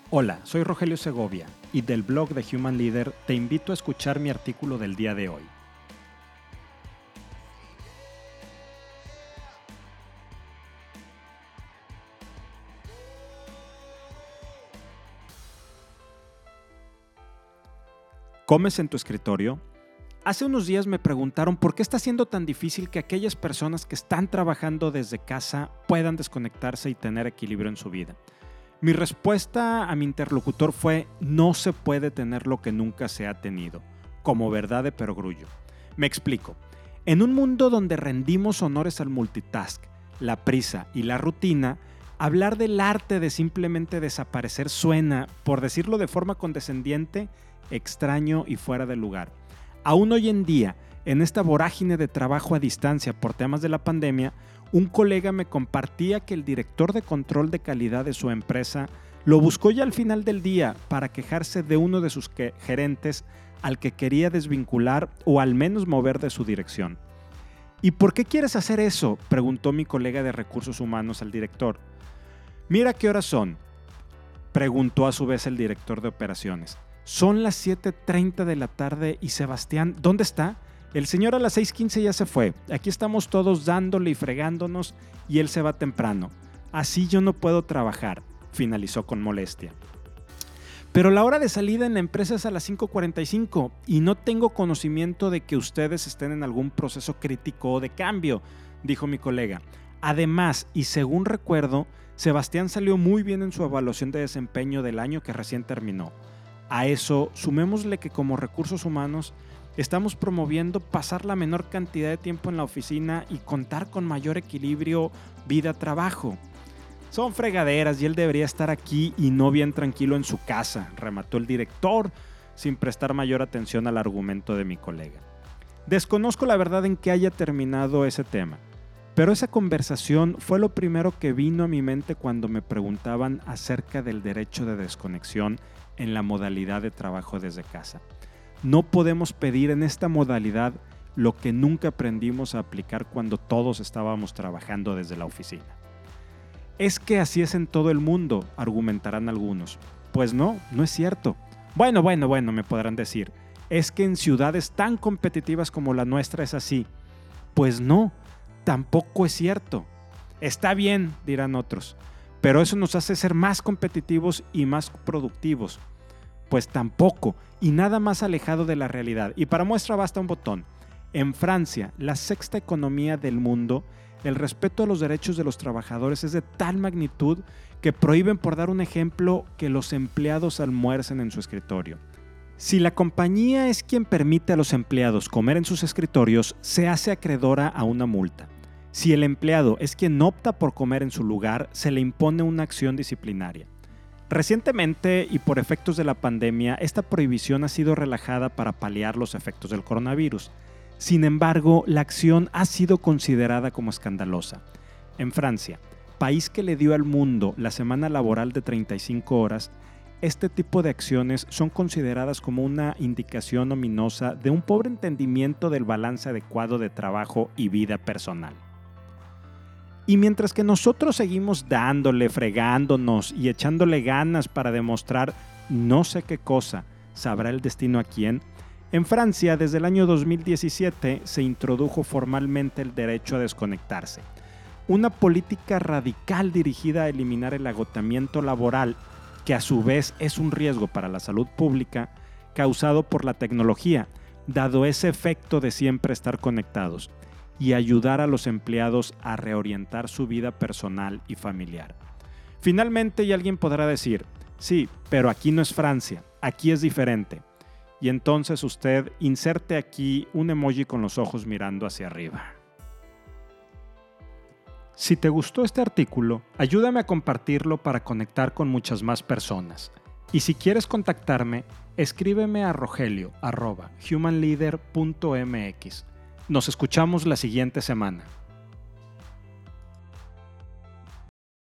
Hola, soy Rogelio Segovia y del blog de Human Leader te invito a escuchar mi artículo del día de hoy. ¿Comes en tu escritorio? Hace unos días me preguntaron por qué está siendo tan difícil que aquellas personas que están trabajando desde casa puedan desconectarse y tener equilibrio en su vida. Mi respuesta a mi interlocutor fue: no se puede tener lo que nunca se ha tenido, como verdad de perogrullo. Me explico. En un mundo donde rendimos honores al multitask, la prisa y la rutina, hablar del arte de simplemente desaparecer suena, por decirlo de forma condescendiente, extraño y fuera de lugar. Aún hoy en día, en esta vorágine de trabajo a distancia por temas de la pandemia, un colega me compartía que el director de control de calidad de su empresa lo buscó ya al final del día para quejarse de uno de sus gerentes al que quería desvincular o al menos mover de su dirección. ¿Y por qué quieres hacer eso?, preguntó mi colega de recursos humanos al director. Mira qué horas son, preguntó a su vez el director de operaciones. Son las 7:30 de la tarde y Sebastián, ¿dónde está? El señor a las 6:15 ya se fue. Aquí estamos todos dándole y fregándonos y él se va temprano. Así yo no puedo trabajar, finalizó con molestia. Pero la hora de salida en la empresa es a las 5:45 y no tengo conocimiento de que ustedes estén en algún proceso crítico o de cambio, dijo mi colega. Además, y según recuerdo, Sebastián salió muy bien en su evaluación de desempeño del año que recién terminó. A eso, sumémosle que como recursos humanos estamos promoviendo pasar la menor cantidad de tiempo en la oficina y contar con mayor equilibrio vida-trabajo. Son fregaderas y él debería estar aquí y no bien tranquilo en su casa, remató el director sin prestar mayor atención al argumento de mi colega. Desconozco la verdad en que haya terminado ese tema, pero esa conversación fue lo primero que vino a mi mente cuando me preguntaban acerca del derecho de desconexión en la modalidad de trabajo desde casa. No podemos pedir en esta modalidad lo que nunca aprendimos a aplicar cuando todos estábamos trabajando desde la oficina. Es que así es en todo el mundo, argumentarán algunos. Pues no es cierto. Bueno, me podrán decir. Es que en ciudades tan competitivas como la nuestra es así. Pues no, tampoco es cierto. Está bien, dirán otros, pero eso nos hace ser más competitivos y más productivos. Pues tampoco, y nada más alejado de la realidad. Y para muestra basta un botón. En Francia, la sexta economía del mundo, el respeto a los derechos de los trabajadores es de tal magnitud que prohíben, por dar un ejemplo, que los empleados almuercen en su escritorio. Si la compañía es quien permite a los empleados comer en sus escritorios, se hace acreedora a una multa. Si el empleado es quien opta por comer en su lugar, se le impone una acción disciplinaria. Recientemente, y por efectos de la pandemia, esta prohibición ha sido relajada para paliar los efectos del coronavirus. Sin embargo, la acción ha sido considerada como escandalosa. En Francia, país que le dio al mundo la semana laboral de 35 horas, este tipo de acciones son consideradas como una indicación ominosa de un pobre entendimiento del balance adecuado de trabajo y vida personal. Y mientras que nosotros seguimos dándole, fregándonos y echándole ganas para demostrar no sé qué cosa, sabrá el destino a quién, en Francia desde el año 2017 se introdujo formalmente el derecho a desconectarse. Una política radical dirigida a eliminar el agotamiento laboral, que a su vez es un riesgo para la salud pública, causado por la tecnología, dado ese efecto de siempre estar conectados, y ayudar a los empleados a reorientar su vida personal y familiar. Finalmente, y alguien podrá decir, sí, pero aquí no es Francia, aquí es diferente. Y entonces usted inserte aquí un emoji con los ojos mirando hacia arriba. Si te gustó este artículo, ayúdame a compartirlo para conectar con muchas más personas. Y si quieres contactarme, escríbeme a rogelio@humanleader.mx. Nos escuchamos la siguiente semana.